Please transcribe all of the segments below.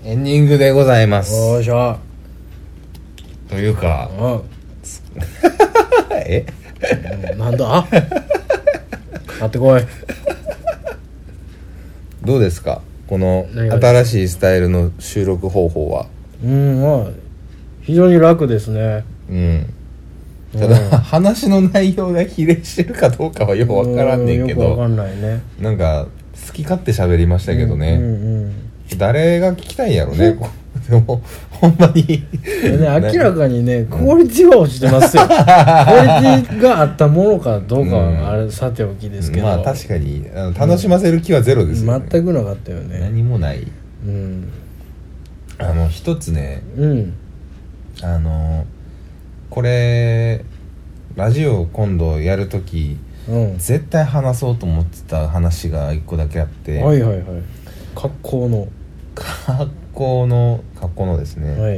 エンディングでございます。 よいしょ。 というかえなんだ買ってこい。 どうですかこの何が新しいスタイルの収録方法は。 まあ非常に楽ですね。 ただ話の内容が比例してるかどうかはよくわからんねんけど、 よくわかんないね。 なんか好き勝手喋りましたけどね、誰が聞きたいんやろねでもほんまにね、明らかにねクオリティは落ちてますよ。クオリティがあったものかどうかはあれさておきですけど、 まあ確かに楽しませる気はゼロですよね、 全くなかったよね。 何もない。一つね、これラジオ今度やるとき、絶対話そうと思ってた話が一個だけあって、 はいはいはい。格好のですね、 はい、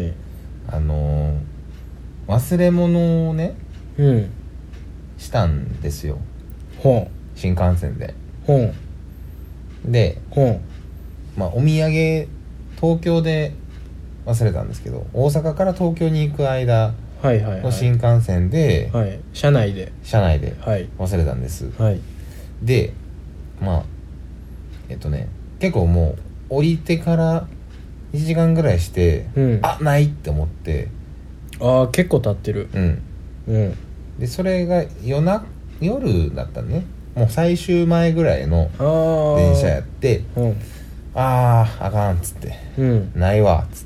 忘れ物をね、したんですよ。新幹線で。で、まあお土産東京で忘れたんですけど、大阪から東京に行く間の新幹線で、 車内で忘れたんです、でまあ結構もう降りてから1時間ぐらいして、ないって思って、 結構経ってる。 でそれが夜だったね。もう最終前ぐらいの電車やって、あかんっつって、ないわっつって、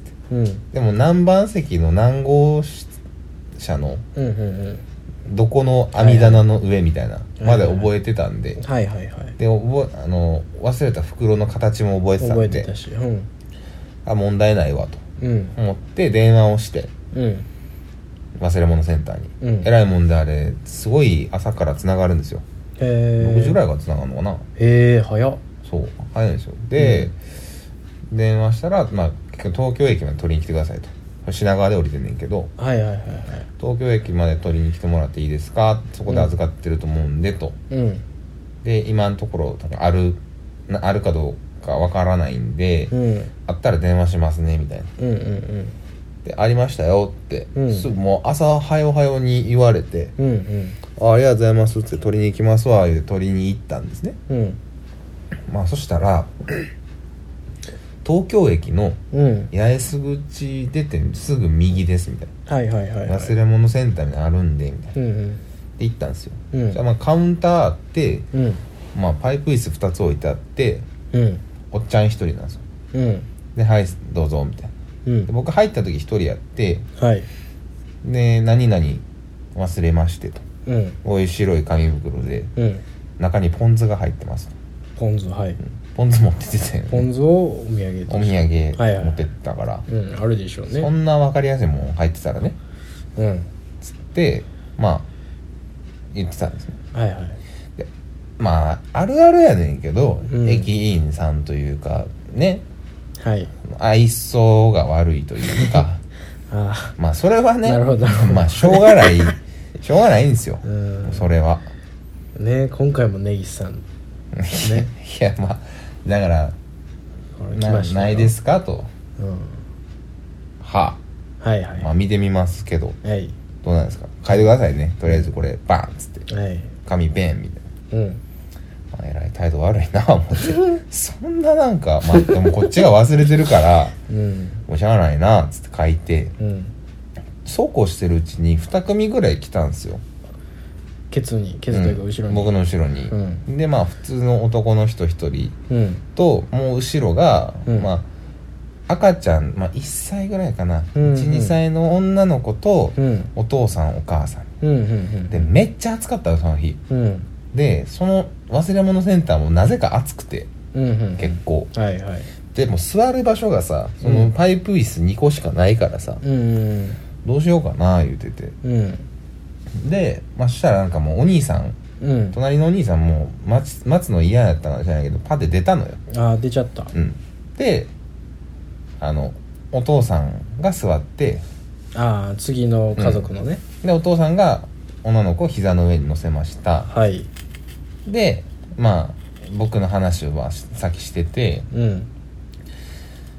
でも何番席の何号車の、どこの網棚の上みたいなまで覚えてたんで、で忘れた袋の形も覚えてたんで、問題ないわと思って電話をして、忘れ物センターに、えらいもんであれすごい朝からつながるんですよ。6時ぐらいからつながるのかな。 早っ。 そう早いんですよ。で、電話したら、結局東京駅まで取りに来てくださいと。品川で降りてんねんけど、東京駅まで取りに来てもらっていいですか、そこで預かってると思うんでと、で今のところあるかどうかわからないんで、あったら電話しますねみたいな、でありましたよって、すぐもう朝はよはよに言われて、ありがとうございますって取りに行きますわって取りに行ったんですね。そしたら東京駅の八重洲口出てすぐ右ですみたいな、忘れ物センターみたいなのあるんでみたいな、で行ったんですよ。じゃあカウンターあって、パイプ椅子2つ置いてあって、おっちゃん1人なんですよ。ではいどうぞみたいな、で僕入った時1人やって、で何々忘れましてと、こういう白い紙袋で、中にポン酢が入ってますと。ポン酢持っててたよね。 ポン酢をお土産持ってったから、 あるでしょうね。 そんな分かりやすいもん入ってたらね、つって言ってたんですね。であるあるやねんけど、駅員さんというかね、愛想が悪いというかそれはね、しょうがないんですよ、それはね。今回も根岸さんねいやだからないですかと、見てみますけど、どうなんですか、書いてくださいね、とりあえずこれバーンっつって、紙ペンみたいな、えらい態度悪いな思ってそんななんかでもこっちが忘れてるからもうしゃあないなっつって書いて、そうこうしてるうちに2組ぐらい来たんですよ。 ケツというか後ろに、 僕の後ろに、で普通の男の人1人と、もう後ろが、赤ちゃん、1歳ぐらいかな、12歳の女の子と、お父さんお母さん、でめっちゃ暑かったよその日、でその忘れ物センターもなぜか暑くて、結構、でも座る場所がさ、そのパイプ椅子2個しかないからさ、どうしようかな言うてて、でそしたらなんかもうお兄さん、隣のお兄さんも待つの嫌やったかもしれないけどパッて出たのよ。 出ちゃった。 でお父さんが座って、 次の家族のね、 でお父さんが女の子を膝の上に乗せました。で僕の話は先してて、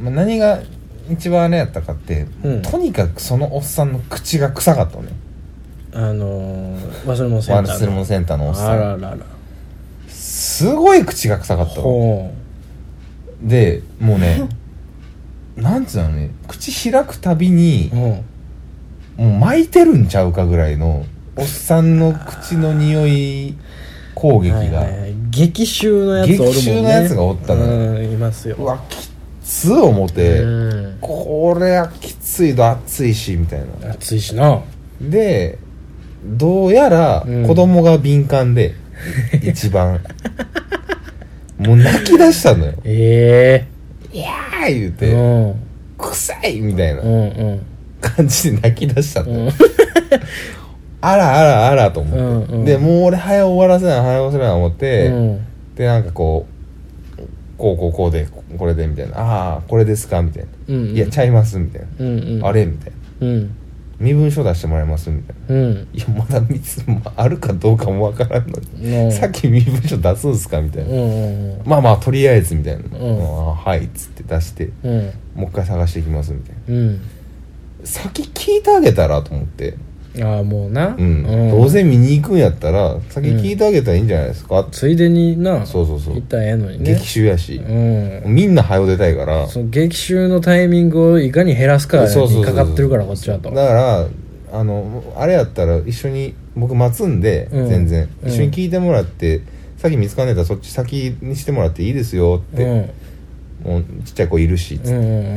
何が一番あれやったかって、とにかくそのおっさんの口が臭かったのね。 忘れ物センターの忘れ物センターのおっさん、 あららら、 すごい口が臭かったので、もうねなんつうのね、口開くたびにもう巻いてるんちゃうかぐらいのおっさんの口の匂い攻撃が、はいはいはい、 激臭のやつおるもんね。 激臭のやつがおったのよ。 いますよ。 うわきつ思って、これはきついと暑いしみたいな。 暑いしな。でどうやら子供が敏感で、一番もう泣き出したのよ。いやー言うて、臭いみたいな感じで泣き出したのよ。あらあらあらと思って、でもう俺早終わらせない思って、でなんかこうでこれでみたいな、ああこれですかみたいな、いやちゃいますみたいな、あれみたいな、身分証出してもらえますみたいな、いやまだあるかどうかもわからんのに、さっき身分証出すんすかみたいな、まあまあとりあえずみたいな、はいっつって出して、もう一回探していきますみたいな、先聞いてあげたらと思って、 もうな、 どうせ見に行くんやったら先聞いてあげたらいいんじゃないですか、 ついでにな、 そう行ったらええのにね。激臭やし、みんな早出たいから、 その激臭のタイミングをいかに減らすかにかかってるから、こっちはと。 だからあれやったら一緒に僕待つんで、全然一緒に聞いてもらって、先見つかんねえたらそっち先にしてもらっていいですよって、もうちっちゃい子いるしつって、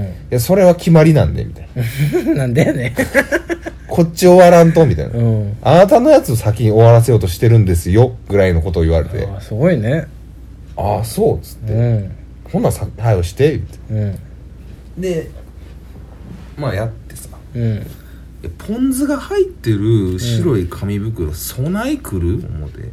いやそれは決まりなんでみたいななんでやねんこっち終わらんとみたいな、あなたのやつを先に終わらせようとしてるんですよぐらいのことを言われて、 すごいね。 ああそうっつって、ほんなら早くして言って、でまあやってさ、ポン酢が入ってる白い紙袋、備え来る思って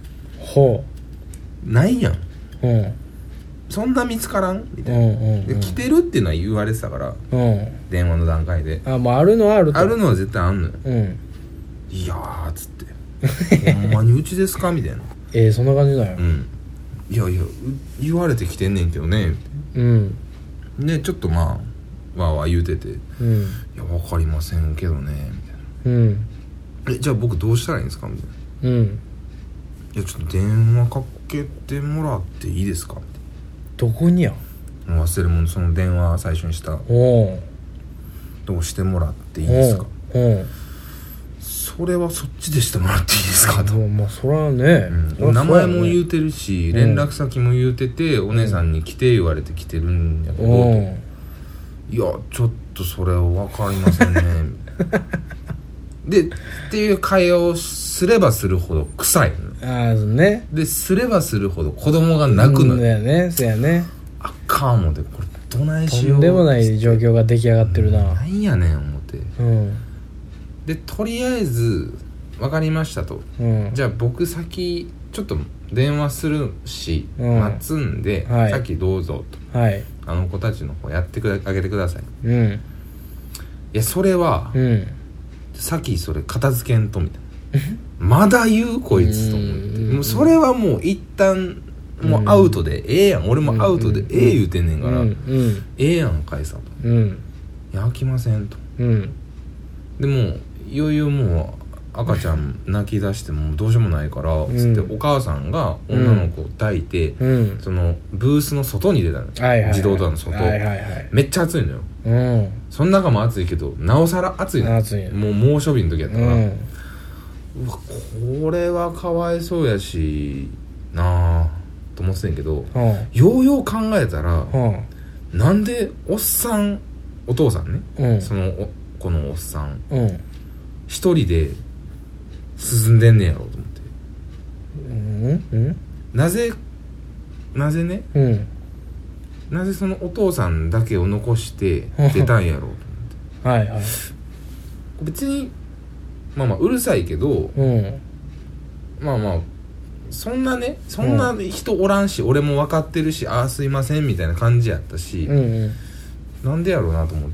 ないやん、そんな見つからんみたいな、で来てるっていうのは言われてたから、電話の段階で、 もうあるのはあると、 あるのは絶対あんのよ、いやーっつってほんまにうちですかみたいな、 そんな感じだよ、 いやいや言われてきてんねんけどねみたいな、でちょっとまあわーわー言うてて、いや分かりませんけどねみたいな、じゃあ僕どうしたらいいんですかみたいな、いやちょっと電話かけてもらっていいですかみたいな、 どこにや忘れ物、その電話最初にしたどうしてもらっていいですか、それはそっちでしてもらっていいですかと、 まあそれはね、 名前も言うてるし、連絡先も言うてて、お姉さんに来て言われて来てるんやけど、いやちょっとそれは分かりませんねでっていう会話をすればするほど臭いね、 ですればするほど子供が泣くのよ、 そうやね、 あかん思って、これどないしよう、 とんでもない状況が出来上がってるな、 なんやねん思って、でとりあえず分かりましたと、じゃあ僕先ちょっと電話するし、待つんで、先どうぞと、あの子たちの方やってあげてください、いやそれは、先それ片付けんとみたいなまだ言うこいつと思って、もうそれはもう一旦もうアウトでええやん、俺もアウトでええ言うてんねんから、ええやん返さと、いや飽きませんと、でもいよいよもう赤ちゃん泣き出してもどうしようもないからつって、お母さんが女の子を抱いて、そのブースの外に出たの、自動ドアの外、めっちゃ暑いのよ、その中も暑いけどなおさら暑いの、もう猛暑日の時やったから、うわこれはかわいそうやしなあと思ってたんやけど、ようよう考えたら、なんでお父さんね、そのこのおっさん、一人で進んでんねやろうと思って、なぜね、なぜそのお父さんだけを残して出たんやろうと思って、別にまあまあうるさいけど、まあまあそんな人おらんし、俺も分かってるし、ああすいませんみたいな感じやったし、なんでやろうなと思って、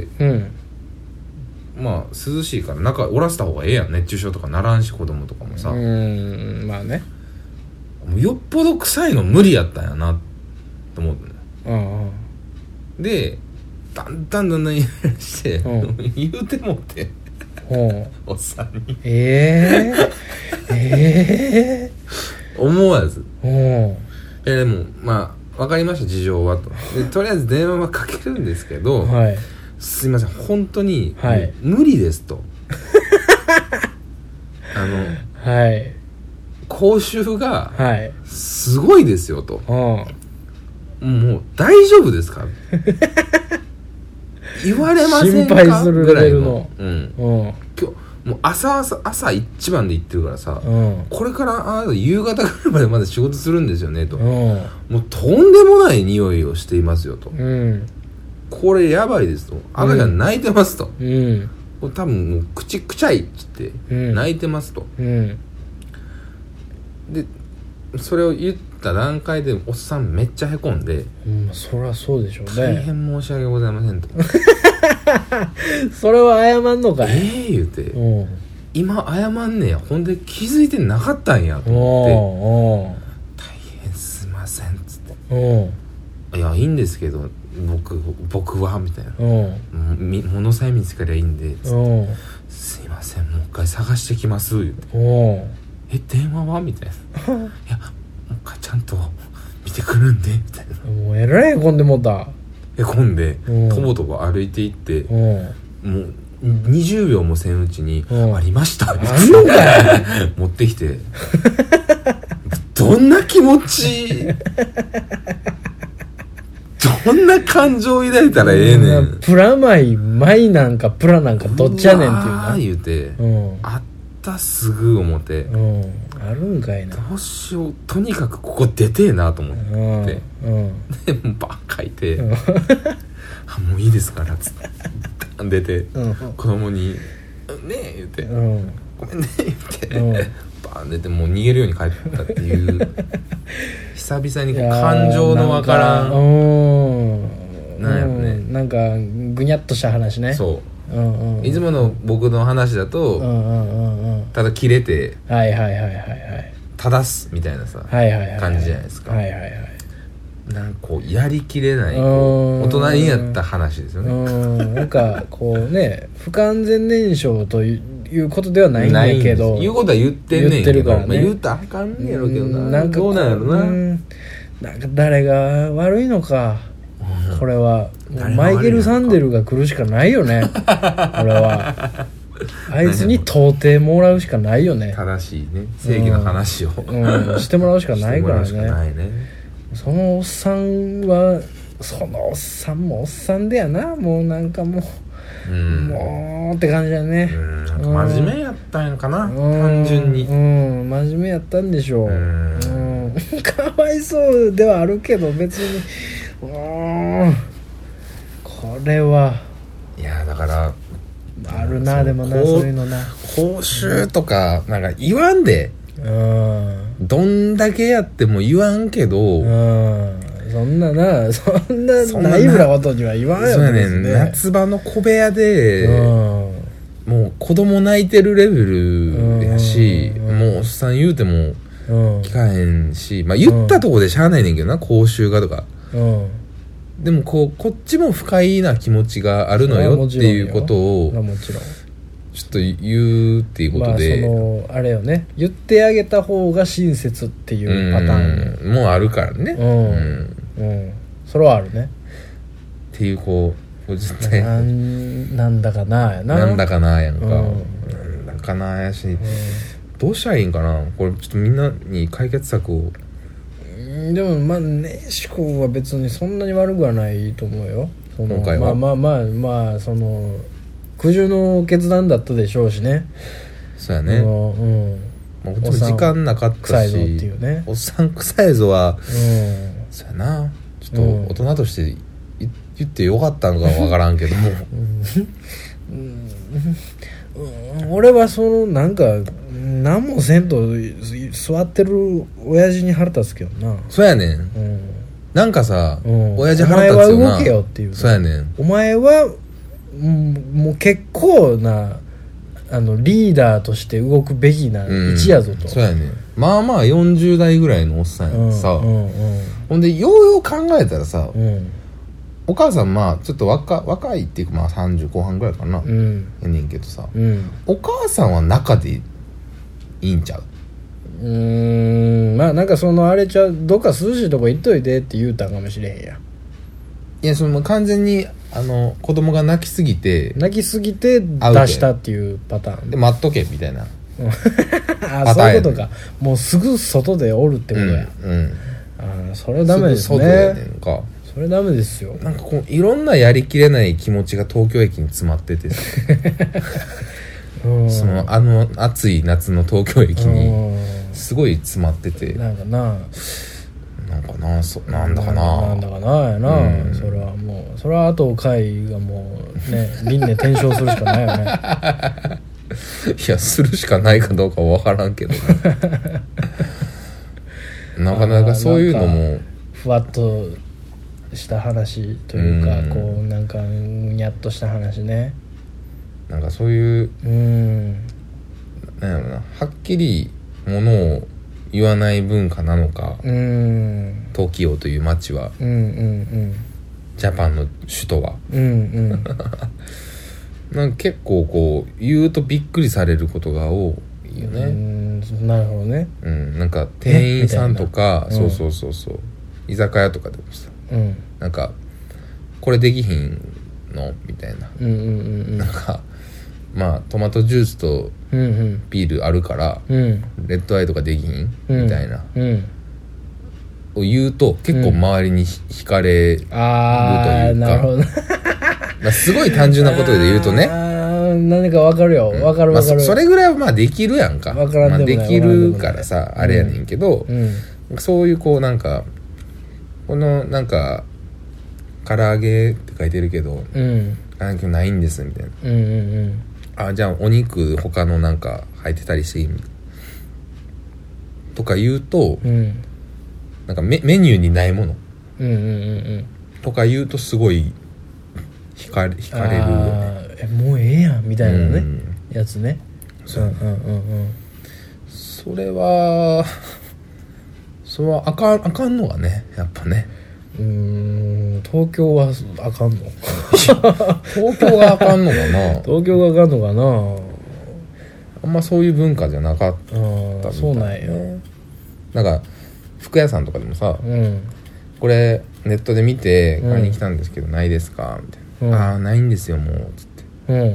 まあ涼しいから中おらせた方がええやん、熱中症とかならんし、子供とかもさ、まあね、もうよっぽど臭いの無理やったんやなと思って、でだんだんイライラして、言うてもっておっさんに思わずでもまあ分かりました事情はとでとりあえず電話はかけるんですけど、はい、すいません本当に、はい、無理ですとはい、口臭がすごいですよと、はい、もう大丈夫ですか言われませんか心配するレベルの、 今日もう朝一番で行ってるからさ、これから夕方ぐらいまでまだ仕事するんですよねと、もうとんでもない匂いをしていますよと、これやばいですと、赤ちゃん泣いてますと、多分もう口くちゃいっつって泣いてますと、でそれを言った段階でおっさんめっちゃへこんで、 そりゃそうでしょうね、 大変申し訳ございませんとそれは謝んのかい言うて、今謝んねや、ほんで気づいてなかったんやと思って、大変すいませんっつって、いやいいんですけど僕はみたいな、物さえ見つかりゃいいんでつって、すいませんもう一回探してきます言うて、電話はみたいな、いやもう一回ちゃんと見てくるんでみたいな、 もうえらいへこんでもったへこんでとぼとぼ歩いていって、もう20秒もせんうちにありましたって持ってきてどんな気持ちどんな感情を抱いたらええねん、 プラマイマイなんかプラなんかどっちやねんっていうな言うて、あったすぐ思って、 あるんかいな、 どうしようとにかくここ出てえなと思って、でもうバッ書いて、もういいですからっつって出て、子供にねえ言って、ごめんね言って、バーン出てもう逃げるように帰ったっていう久々に感情のわからんなんやろね、 なんかぐにゃっとした話ね、 そう、いつもの僕の話だと、ただ切れて正すみたいなさ感じじゃないですか、なんかこうやりきれない大人になった話ですよね。 なんかこうね不完全燃焼ということではないんだけど、 言うことは言ってんねんけど、 言ってるからね、 言ったらあかんねやろうけどな、なんかどうなんやろな、なんか誰が悪いのか、これはマイケル・サンデルが来るしかないよねこれはあいつに到底もらうしかないよね、 正しいね正義の話を、 してもらうしかないからね。そのおっさんはそのおっさんもおっさんでやな、もうなんかもう、もうって感じだね。 なんか真面目やったんやかな、単純に真面目やったんでしょう。かわいそうではあるけど別にこれはいやだからあるな、でもなそういうのな、 報酬とかなんか言わんで、どんだけやっても言わんけど、 そんなナイブなことには言わんよ。 そうやねん、夏場の小部屋で、もう子供泣いてるレベルやし、もうおっさん言うても聞かへんし、まあ言ったとこでしゃあないねんけどな、口臭がとか、でもこっちも不快な気持ちがあるのよっていうことをもちろんちょっと言うっていうことで、 そのあれよね、言ってあげた方が親切っていうパターンもうあるからね、 それはあるねっていうこう絶対なんだかなやな、 なんだかなやんか、なんだかなやし、どうしたらいいんかなこれ、ちょっとみんなに解決策を。 でもまあね、思考は別にそんなに悪くはないと思うよ。 今回はまあその苦渋の決断だったでしょうしね。 そうやね。まあ、時間なかったし、 臭いぞっていうね、 おっさん臭いぞは、そうやな、ちょっと大人として言ってよかったのかわからんけども、 俺はそのなんか何もせんと座ってる親父に腹立つけどな。 そうやねん、なんかさ、親父腹立つよな。 お前は動けよっていう。 そうやねん。 お前はもう結構なリーダーとして動くべきな位置やぞと、 そうやねん。まあまあ40代ぐらいのおっさんやさ、ほんでようよう考えたらさ、 お母さんまあちょっと若いっていうかまあ30後半ぐらいかな、やねんけどさ、お母さんは中でいいんちゃう？ まあなんかそのあれちゃう、どっか涼しいとこ行っといてって言うたんかもしれへんや。 いやその完全に子供が泣きすぎて出したっていうパターンで待っとけみたいなあ、そういうことか。もうすぐ外でおるってことや。それダメですね。 すぐ外やねんか。 それダメですよ。 なんかこういろんなやりきれない気持ちが東京駅に詰まっててその暑い夏の東京駅にすごい詰まってて、なんだかなやな、それはもうそれはあと回がもうね輪廻転生するしかないよねいやするしかないかどうかは分からんけどねなかなかそういうのもふわっとした話というか、こうなんかにゃっとした話ね。 なんかそういうなんやろな、はっきりものを言わない文化なのか、東京という街は、ジャパンの首都は、なんか結構こう言うとびっくりされることが多いよね。 なるほどね。 なんか店員さんとか、そう居酒屋とかでもさ、なんかこれできひんのみたいな、なんかまあトマトジュースとビールあるから、レッドアイとかできひんみたいな、を言うと結構周りに惹かれるというか、 なるほどまあすごい単純なことで言うとね、 何か分かるよ、分かる分かる、 それぐらいはまあできるやんか、 分からんでもない、 できるからさあれやねんけど、そういうこうなんかこのなんか唐揚げって書いてるけど、唐揚げないんですみたいな、じゃあお肉他のなんか入ってたりしていいみたいなとか言うと、なんかメニューにないもの、とか言うとすごい惹かれるよね。 もうええやんみたいなね、やつね。それはあかんのがね、やっぱね。 東京はあかんの東京があかんのかな東京があかんのかな。 あんまそういう文化じゃなかったみたいな。 そうなんよ。 なんか服屋さんとかでもさ、これネットで見て買いに来たんですけど、ないですかみたいな、ないんですよもうつって、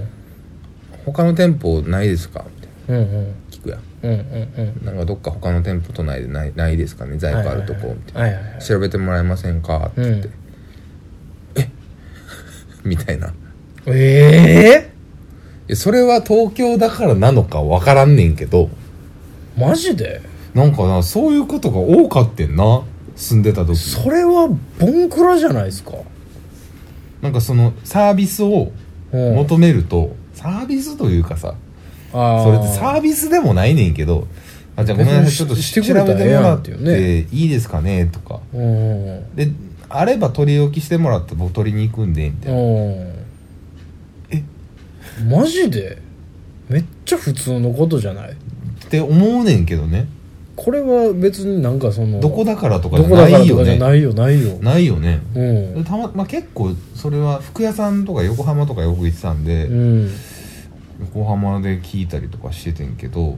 他の店舗ないですかみたいな、聞くやん。なんかどっか他の店舗都内でないですかね、在庫あるとこみたいな、調べてもらえませんかって言って、みたいな。それは東京だからなのか分からんねんけど、 マジでなんかな、そういうことが多かってんな、住んでた時。 それはボンクラじゃないですか。 なんかそのサービスを求めると、サービスというかさ、それってサービスでもないねんけど、じゃあごめんなさい、ちょっと調べてもらっていいですかねとか、であれば取り置きしてもらって僕取りに行くんでみたいな。 マジでめっちゃ普通のことじゃないって思うねんけどね。 これは別になんかそのどこだからとかじゃないよね。 ないよね。結構それは服屋さんとか横浜とかよく行ってたんで、横浜で聞いたりとかしててんけど、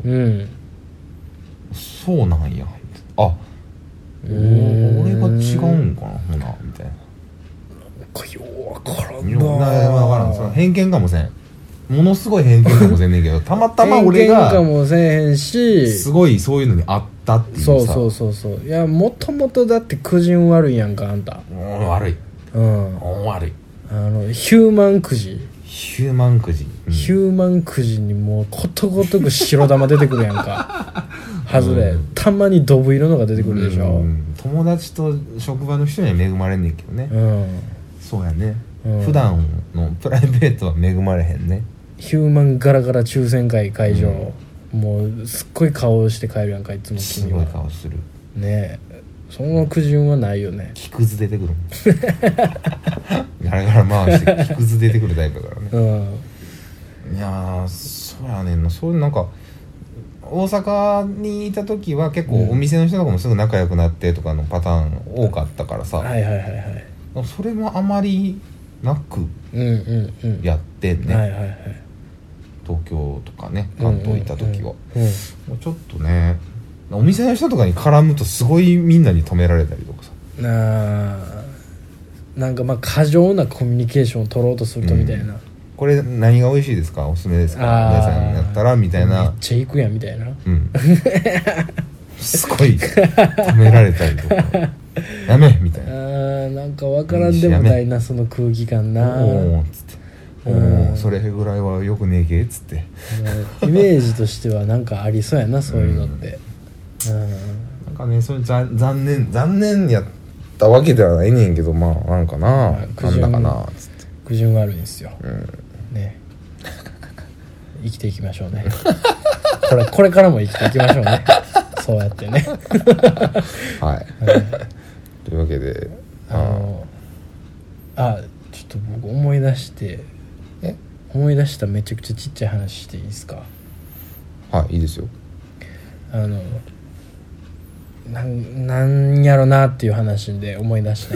そうなんや、俺が違うんかなほなみたいな。 よう分からんな。分からん。その偏見かもせん。ものすごい偏見かもせんねんけど、たまたま俺が偏見かもせえへんし、 すごいそういうのにあったっていうさ。 そういや、もともとだって苦人悪いやんか、あんた。 悪い。悪い。 ヒューマンくじヒューマンくじにもうことごとく白玉出てくるやんか外れ、たまにドブ色のが出てくるでしょ。 友達と職場の人には恵まれんねんけどね。そうやね、普段のプライベートは恵まれへんね。 ヒューマンガラガラ抽選会会場、もうすっごい顔して帰るやんか、いつも君は。 すごい顔するね。 その苦渋はないよね。 木くず出てくるもんガラガラ回して木くず出てくるタイプだからね。いやー、そうやねんな。そういうなんか大阪にいた時は結構お店の人とかもすぐ仲良くなってとかのパターン多かったからさ、 それもあまりなくやってんね、 はいはいはい、 東京とかね関東行った時は、もうちょっとねお店の人とかに絡むとすごいみんなに止められたりとかさ、 なんかまあ過剰なコミュニケーションを取ろうとするとみたいな、 これ何が美味しいですか、おすすめですか、皆さんやったらみたいな、 めっちゃ行くやんみたいな、 すごい止められたりとかやめみたいな、 なんか分からんでもないなその空気感な、 おーっつってそれぐらいはよくねえけっつってイメージとしてはなんかありそうやなそういうのって、 なんかねそれ残念やったわけではないねんけど、まあなんかな、なんだかなっつって苦順悪いんですよ、ね生きていきましょうねこれからも生きていきましょうねそうやってねはい、というわけでちょっと僕思い出しためちゃくちゃちっちゃい話していいですか。 はいいいですよ。 なんやろなっていう話で思い出した、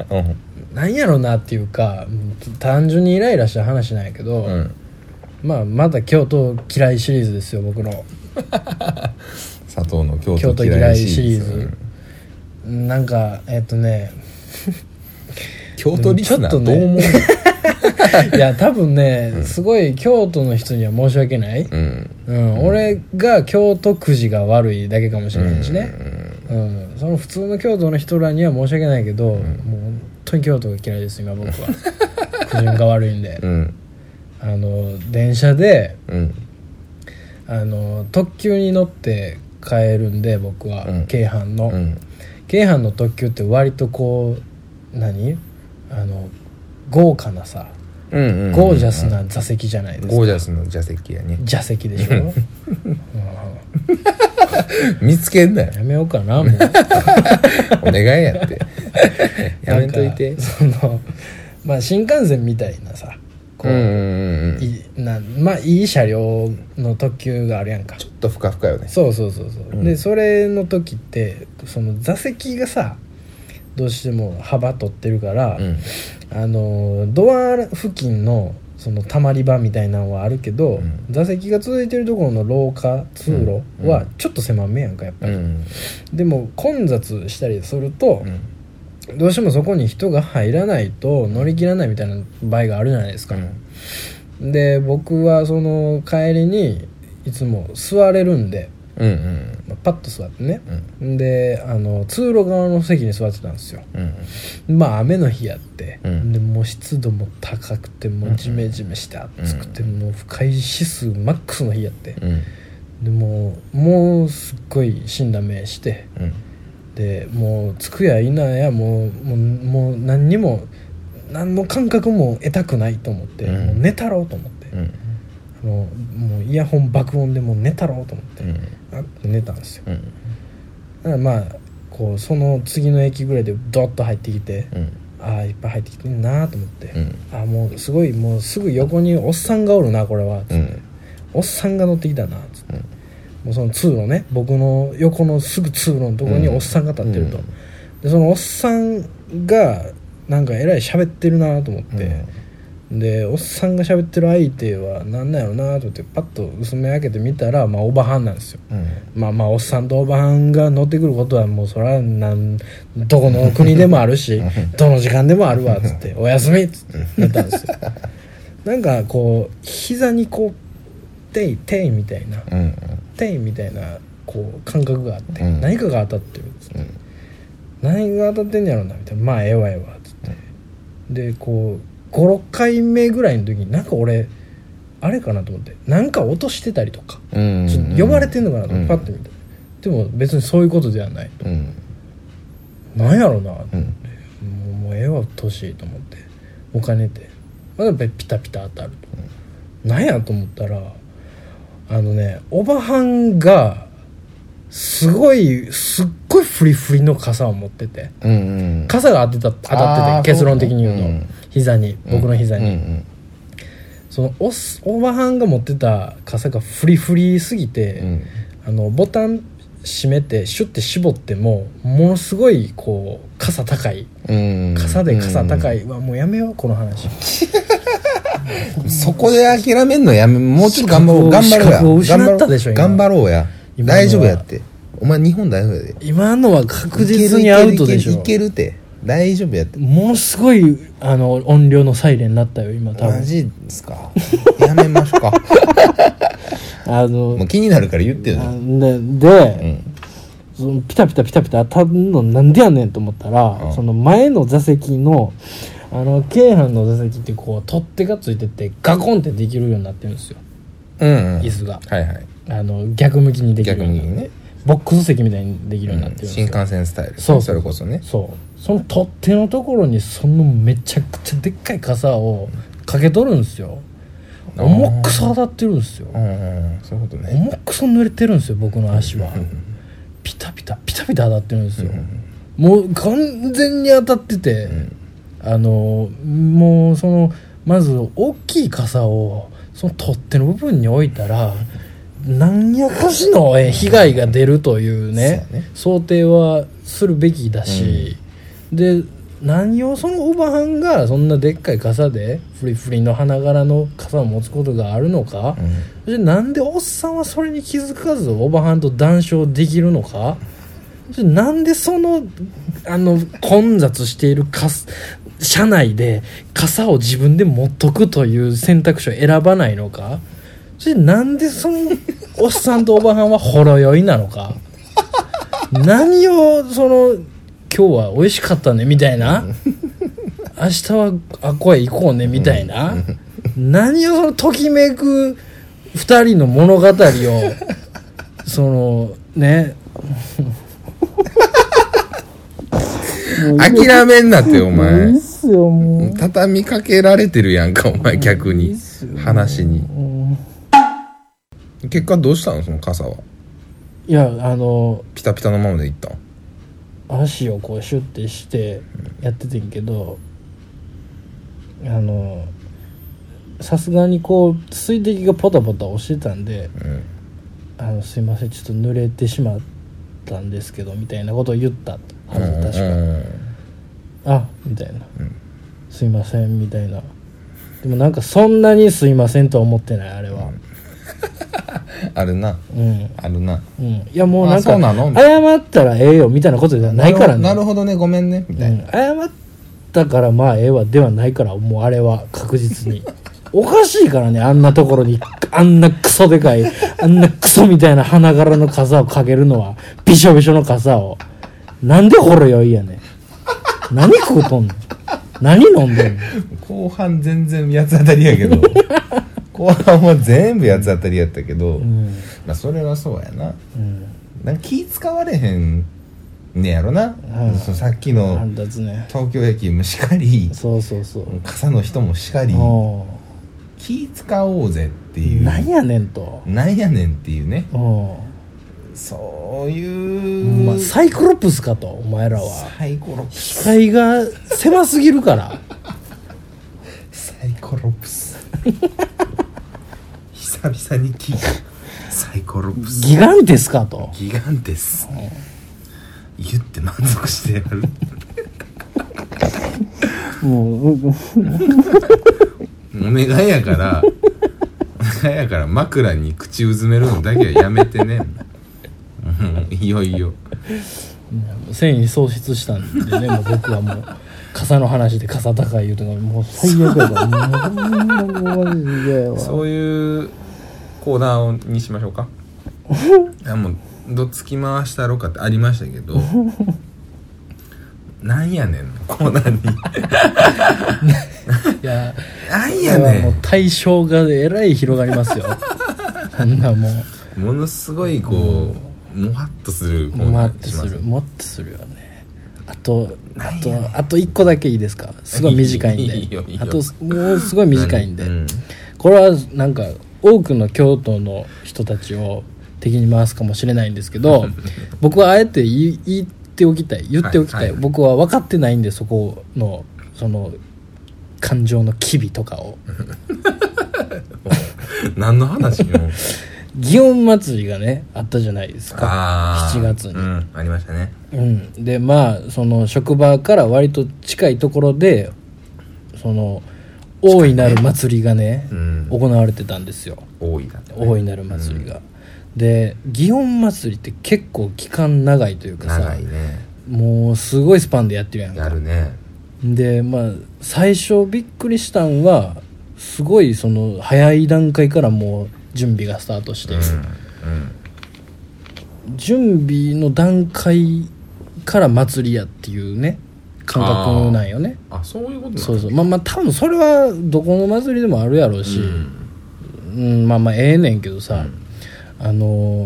なんやろなっていうか単純にイライラした話なんやけど、まだ京都嫌いシリーズですよ僕の佐藤の京都嫌いシリーズ、 なんか京都リスナーどう思ういや多分ね、すごい京都の人には申し訳ない、俺が京都くじが悪いだけかもしれないしね、その普通の京都の人らには申し訳ないけど、もう本当に京都が嫌いです今僕はくじが悪いんで、電車で、特急に乗って帰るんで僕は、京阪の特急って割とこう豪華なさ、ゴージャスな座席じゃないですか。 ゴージャスの座席やね。 座席でしょ、 見つけんなよ。 やめようかなもうお願いやってやめといて。 新幹線みたいなさこう、いい車両の特急があるやんか。 ちょっとふかふかよね。 そう、でそれの時ってその座席がさどうしても幅取ってるから、ドア付近のそのたまり場みたいなのはあるけど、座席が続いてるところの廊下通路はちょっと狭めやんかやっぱり、でも混雑したりすると、どうしてもそこに人が入らないと乗り切らないみたいな場合があるじゃないですか、で僕はその帰りにいつも座れるんで、パッと座ってね、で通路側の席に座ってたんですよ、雨の日やって、でもう湿度も高くてもうジメジメして暑くて、もう不快指数マックスの日やって、でもうすっごい死んだ目して、でもう着くやいなやもう何の感覚も得たくないと思って、もう寝たろうと思って、もうイヤホン爆音でもう寝たろうと思って、寝たんですよ、だからこうその次の駅ぐらいでドッと入ってきて、いっぱい入ってきてんなと思って、もうすぐ横におっさんがおるなこれはつって、おっさんが乗ってきたなつって、もうその通路ね僕の横のすぐ通路のところにおっさんが立ってると、でそのおっさんがなんかえらい喋ってるなと思って、でおっさんが喋ってる相手は何なんやろなと思ってパッと薄め開けてみたらおばはんなんですよ、おっさんとおばはんが乗ってくることはもうそれはどこの国でもあるしどの時間でもあるわっつっておやすみっつって寝たんですよなんかこう膝にこうテイみたいな、テイみたいなこう感覚があって、何かが当たってるっつって、何が当たってんやろなみたいな、ええわっつって、でこう5、6回目ぐらいの時になんか俺あれかなと思ってなんか落としてたりとか、ちょっと呼ばれてんのかなとパッて見て、でも別にそういうことではないと、なんやろなと思って、もうええわうっとうしいと思ってお金てまだピタピタ当たると、なんやと思ったらおばはんがすっごいフリフリの傘を持ってて、傘が当たってて結論的に言うと、膝に僕の膝に、そのおばはんが持ってた傘がフリフリすぎて、ボタン締めてシュッて絞ってもものすごいこう傘高い、傘で傘高い、もうやめようこの話そこで諦めんのやめ、もうちょっと頑張ろう、 資格を失ったでしょ頑張ろうや、大丈夫やって、お前日本代表やで、 今のは確実にアウトでしょ、 いけるって大丈夫やって、 ものすごい音量のサイレンになったよ今多分。 マジですかやめましょうかもう気になるから言ってよで、そのピタピタ当たるのなんでやねんと思ったら、その前の座席の京阪の座席ってこう取っ手がついててガコンってできるようになってるんですよ、椅子が、逆向きにできるようになって、ね、ボックス席みたいにできるようになってるんですよ、 新幹線スタイル、それこそね、 その取っ手のところにそのめちゃくちゃでっかい傘をかけとるんですよ。重くそ当たってるんですよ、 そういうことね、 重くそ濡れてるんですよ僕の足は、ピタピタ当たってるんですよ、もう完全に当たってて、もうそのまず大きい傘をその取っ手の部分に置いたら何やかしの被害が出るというね、想定はするべきだし、で何をそのおばはんがそんなでっかい傘でフリフリの花柄の傘を持つことがあるのか、そしてなんでおっさんはそれに気づかずおばはんと談笑できるのか、そしてなんでその混雑している車内で傘を自分で持っとくという選択肢を選ばないのか、そしてなんでそのおっさんとおばはんはほろ酔いなのか何をその今日は美味しかったねみたいな明日はあこへ行こうねみたいな、何をそのときめく二人の物語をそのね諦めんなってお前、 いいっすよもう畳みかけられてるやんかお前、逆に話に。結果どうしたのその傘は。 いやピタピタのままでいったん。 足をこうシュッてしてやっててんけど、さすがにこう水滴がポタポタ押してたんで、すいませんちょっと濡れてしまったんですけどみたいなことを言ったはず、確か、あみたいな、すいませんみたいな。でもなんかそんなにすいませんとは思ってないあれは、 あるな、あるな、 いやもうなんか謝ったらええよみたいなことじゃないからね。 なるほどね、ごめんねみたいな、 謝ったからまあええわではないから、もうあれは確実におかしいからね、あんなところにあんなクソでかいあんなクソみたいな花柄の傘をかけるのは、びしょびしょの傘をなんでほろ酔いやねん、何食うとんの、何飲んでんの。 後半全然八つ当たりやけど後半は全部八つ当たりやったけど、まあそれはそうやな、なんか気使われへんねやろな、さっきの東京駅もしかり、傘の人もしかり、気使おうぜっていう、 なんやねんと、 なんやねんっていうね、そういう、 サイクロプスかと、お前らはサイコロプス、 視界が狭すぎるからサイコロプス久々に聞いた、サイコロプス、 ギガンテスかと、 ギガンテス、言って満足してやるもうお願いやから枕に口うずめるのだけはやめてねいよいよ繊維喪失したんでね、もう僕はもう傘の話で傘高い言うとかもう最悪やからそういうコーナーにしましょうかもうどつき回したろかってありましたけどなんやねんのコーナーにいやなんやねん、 もう対象がえらい広がりますよあんなものすごいこう、もわっとするコーナーにします。 もわっとするよね。あと1個だけいいですか、すごい短いんで、 いいよあともうすごい短いんで、これはなんか多くの京都の人たちを敵に回すかもしれないんですけど僕はあえて言っておきたい、僕は分かってないんで、そこのその感情の機微とかを何の話よ祇園祭りがねあったじゃないですか、7月に、 ありましたね。 でまあその職場から割と近いところでその大いなる祭りがね、行われてたんですよ。 大いだって、 大いなる祭りが、で祇園祭りって結構期間長いというかさ、 長いね、 もうすごいスパンでやってるやんか。 やるね。でまあ最初びっくりしたんはすごいその早い段階からもう準備がスタートして、準備の段階から祭りやっていうね感覚なんよね。 そういうことなんだ。 そうそうまあ多分それはどこの祭りでもあるやろうし、まあええねんけどさ、道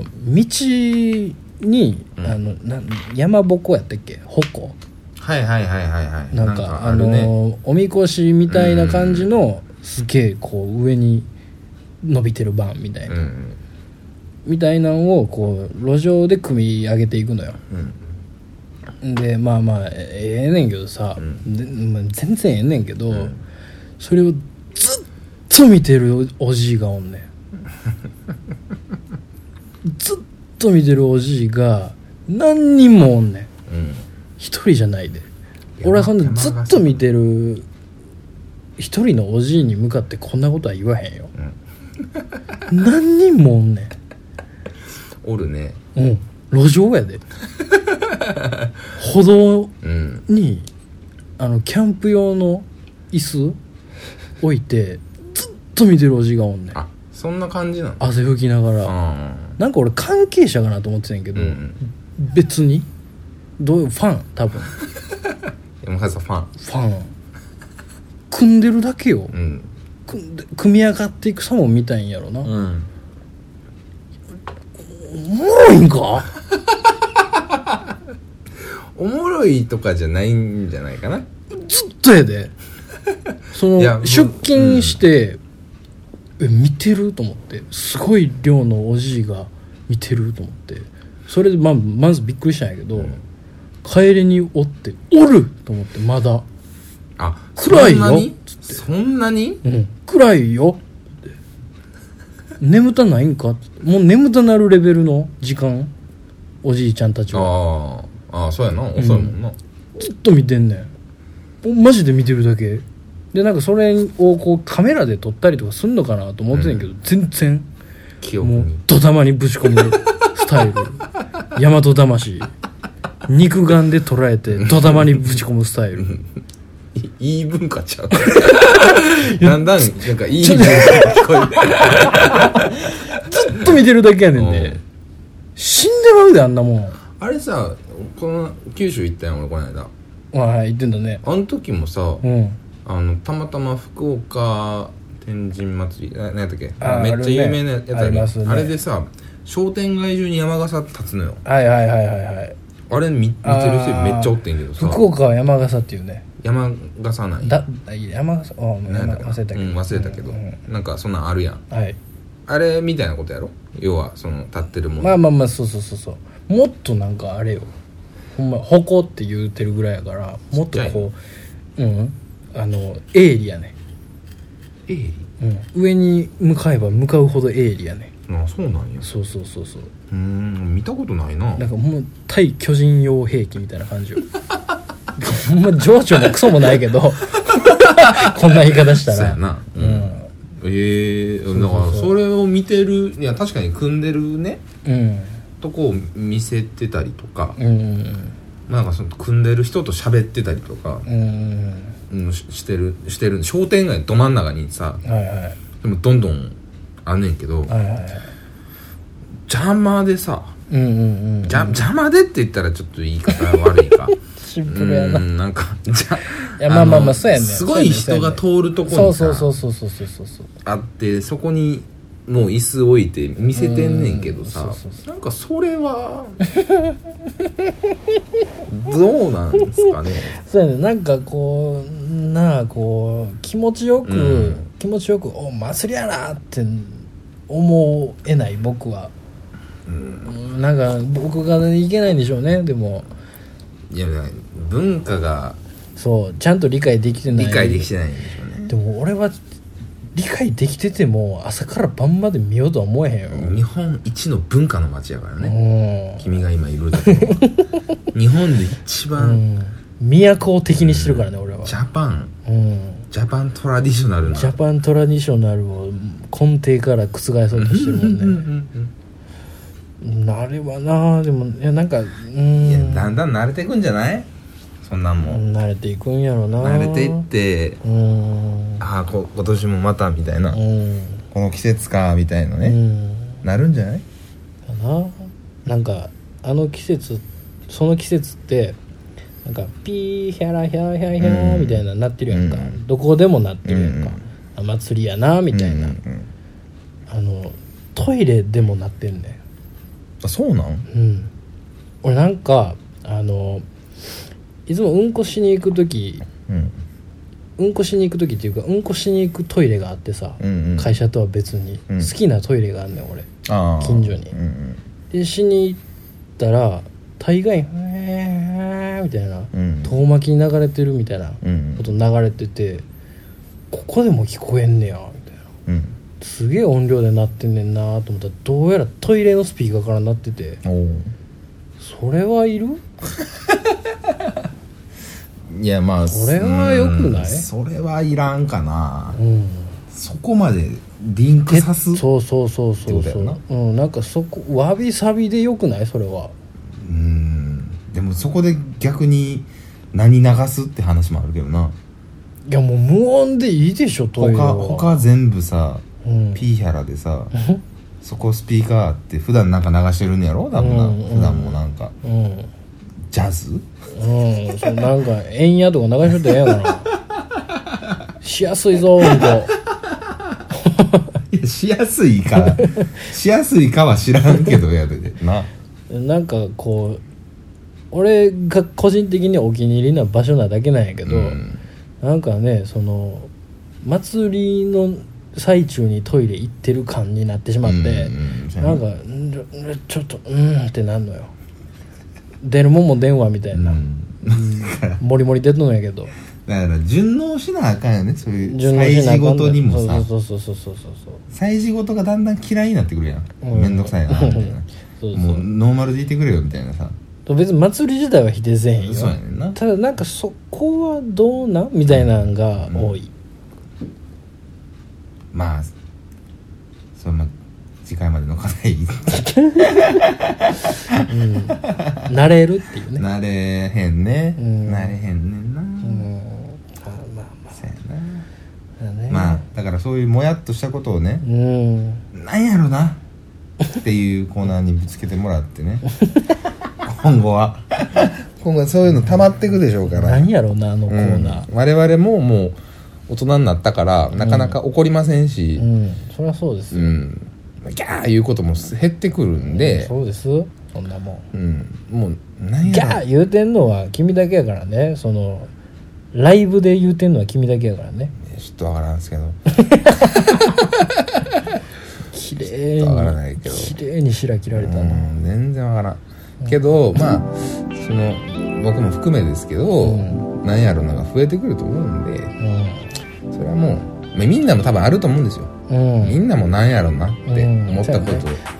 に山鉾やったっけ、鉾、なんかおみこしみたいな感じのすげえこう上に伸びてるバンみたいな、みたいなのをこう路上で組み上げていくのよ、でまあええねんけどさ、全然ええねんけど、それをずっと見てるおじいがおんねんずっと見てるおじいが何人もおんねん、一人じゃないで。俺はそんなずっと見てる一人のおじいに向かってこんなことは言わへんよ、何人もおんねん。 おるね。 路上やで歩道に、キャンプ用の椅子置いてずっと見てるおじいがおんねん。 そんな感じなの。 汗拭きながら、なんか俺関係者かなと思ってたんやけど、別にどういうファン多分山川さんファン組んでるだけよ、組み上がっていく様みたいんやろな、おもろいんかおもろいとかじゃないんじゃないかな。 ずっとやでその出勤して、見てると思って、すごい量のおじいが見てると思って、それでまずびっくりしたんやけど、帰りにおっておると思って、まだ暗いよっつって、 そんなに、 暗いよって、眠たないんかって、もう眠たなるレベルの時間、おじいちゃんたちは。 そうやな、遅いもんな、 ずっと見てんねん、マジで見てるだけで、なんかそれをこうカメラで撮ったりとかすんのかなと思ってんけど、全然もうドタマにぶち込むスタイル大和魂肉眼で捉えてドタマにぶち込むスタイルいい文化ちゃうだんだんなんかいい文化が聞こえてずっと見てるだけやねんで、死んでまうで、あんなもん。 あれさ、この九州行ったやん俺この間。 はい、行ってんだね。 あの時もさ、たまたま福岡天神祭り何やったっけ、めっちゃ有名なやつあるやん。あれでさ、商店街中に山笠立つのよ。 あれ見てる人めっちゃおってんけどさ、 福岡は山笠っていうね。 山笠ない山笠、忘れたけど、 忘れたけど、なんかそんなんあるやん。あれみたいなことやろ、要はその立ってるもの。 まあそうもっとなんかあれよ、ほんま鉾って言うてるぐらいやから、もっとこう鋭利やね。 鋭利、 上に向かえば向かうほど鋭利やね。 そうなんや。 そう見たことないな。 なんかもう対巨人用兵器みたいな感じよほんま情緒もクソもないけどこんな言い方したらそうやな。だからそれを見てる、いや確かに組んでるね、とこを見せてたりとか、なんかその組んでる人と喋ってたりとか、してる商店街のど真ん中にさ、でもどんどんあんねんけど、邪魔でさ、邪魔でって言ったらちょっと言い方悪いかシンプルやな。 なんかいやまあそうやねん。 すごい人が通るとこにさ、 そうあって、そこにもう椅子置いて見せてんねんけどさ、なんかそれはどうなんですかね。 そうやねん、なんかこう気持ちよく、お祭りやなって思えない僕は、なんか僕がいけないんでしょうね。でもいや文化がそうちゃんと理解できてないんでしょうね。 ででも俺は理解できてても朝から晩まで見ようとは思えへんよ。 日本一の文化の街やからね、君が今いるとこ日本で一番、 都を敵にしてるからね、俺は。 ジャパン、ジャパントラディショナルな、 ジャパントラディショナルを根底から覆そうとしてるもんねあれはな。でもいやなんかいやだんだん慣れていくんじゃない？そんなんも慣れていくんやろな。 慣れていって、ああ今年もまたみたいな、この季節かみたいなね、なるんじゃないかな。なんかあの季節、その季節ってなんかピーヒャラヒャラヒャラヒャラみたいななってるやんか、どこでもなってるやんか、祭りやなみたいな、トイレでもなってんねん。 あ、そうなん？ 俺なんかいつもうんこしに行く時、うんこしに行く時っていうかうんこしに行くトイレがあってさ、会社とは別に、好きなトイレがあんねん俺、近所に、でしに行ったら大概みたいな、遠巻きに流れてるみたいなこと流れてて、ここでも聞こえんねやみたいな、すげえ音量で鳴ってんねんなと思ったら、どうやらトイレのスピーカーから鳴ってて、それはいる？ いやまあそれはよくない？ それはいらんかな、そこまでリンクさすそうなんかそこわびさびでよくない？それは。 でもそこで逆に何流すって話もあるけどな。 いやもう無音でいいでしょ、トイレは。 他全部さ、ピーヒャラでさそこスピーカーあって普段なんか流してるんやろ多分な、普段もなんか、ジャズ？ そうなんか円やとか流しとったらええやんかなしやすいぞうんといやしやすいかは知らんけどやでな。 なんかこう俺が個人的にお気に入りな場所なだけなんやけど、なんかねその祭りの最中にトイレ行ってる感になってしまって、なんかちょっとってなんのよ。出るもんも電話みたいな、もりもり出とんやけど、 だから順応しなあかんよね、そういう催事ごとにもさ。 そう催事ごとがだんだん嫌いになってくるやん、めんどくさいなみたいなもうノーマルでいてくれよみたいなさ。 別に祭り自体は否定せへんよ。 そうやねんな。 ただなんかそこはどうなんみたいなのが多い、 まあそれ次回までの課題慣れるっていうね。 慣れへんね、慣れへんねんな。そうやな、まあだからそういうもやっとしたことをね、なんやろなっていうコーナーにぶつけてもらってね今後はそういうの溜まっていくでしょうから。 何やろうなあのコーナー、 我々ももう大人になったからなかなか怒りませんし、 そりゃそうですよ、 ギャー言うことも減ってくるんで、 そうです、そんなもん、 もう何ギやろャー言うてんのは君だけやからね。そのライブで言うてんのは君だけやからね。 ちょっとわからんすけど綺麗にわからないけど綺麗に白切られたな。 全然わからんけど、まあその僕も含めですけど、なんやろなが増えてくると思うんで、それはもう、みんなも多分あると思うんですよ、みんなもなんやろなって思ったこと、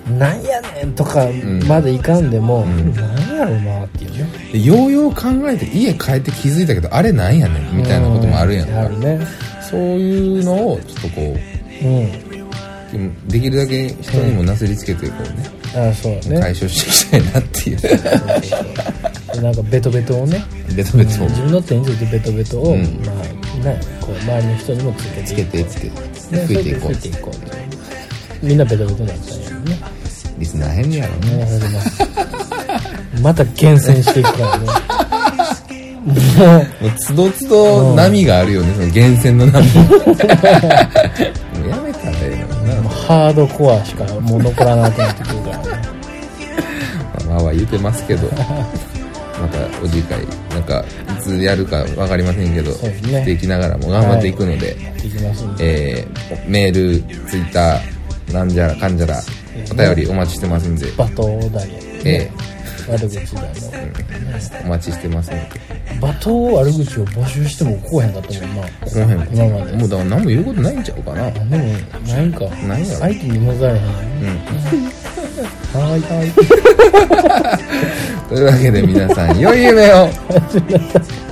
なんやねんとかまでいかんでも、なんやろなっていうね。 でようよう考えて家帰って気づいたけどあれなんやねんみたいなこともあるやんか、 あるね。 そういうのをちょっとこう、できるだけ人にもなすりつけてこうね、 そうね、 解消していきたいなっていうなんかベトベトをね、 ベトベトを、 自分の手についてベトベトを、まあね、こう周りの人にもつけて拭いていこう、 みんなベトベトになったんやね。 リスナー変にやろね。 また厳選していくからねもうつどつど波があるよね、その源泉の波もうやめたらええのな。 もうハードコアしかもう残らなくなってくるからねまあ言うてますけどまたお次回なんかいつやるか分かりませんけど、していきながらも頑張っていくので、メール、ツイッター、なんじゃらかんじゃらお便りお待ちしてますんで、 バトダイヤ、 悪口だよ、 お待ちしてますね。 罵倒悪口を募集してもこうへんかったもんな。こうへんか今まで。 もうだから何も言うことないんちゃうかな。 でもないんか。 ないやろ。 相手にもざれへん。はいはい。 というわけで皆さん良い夢を。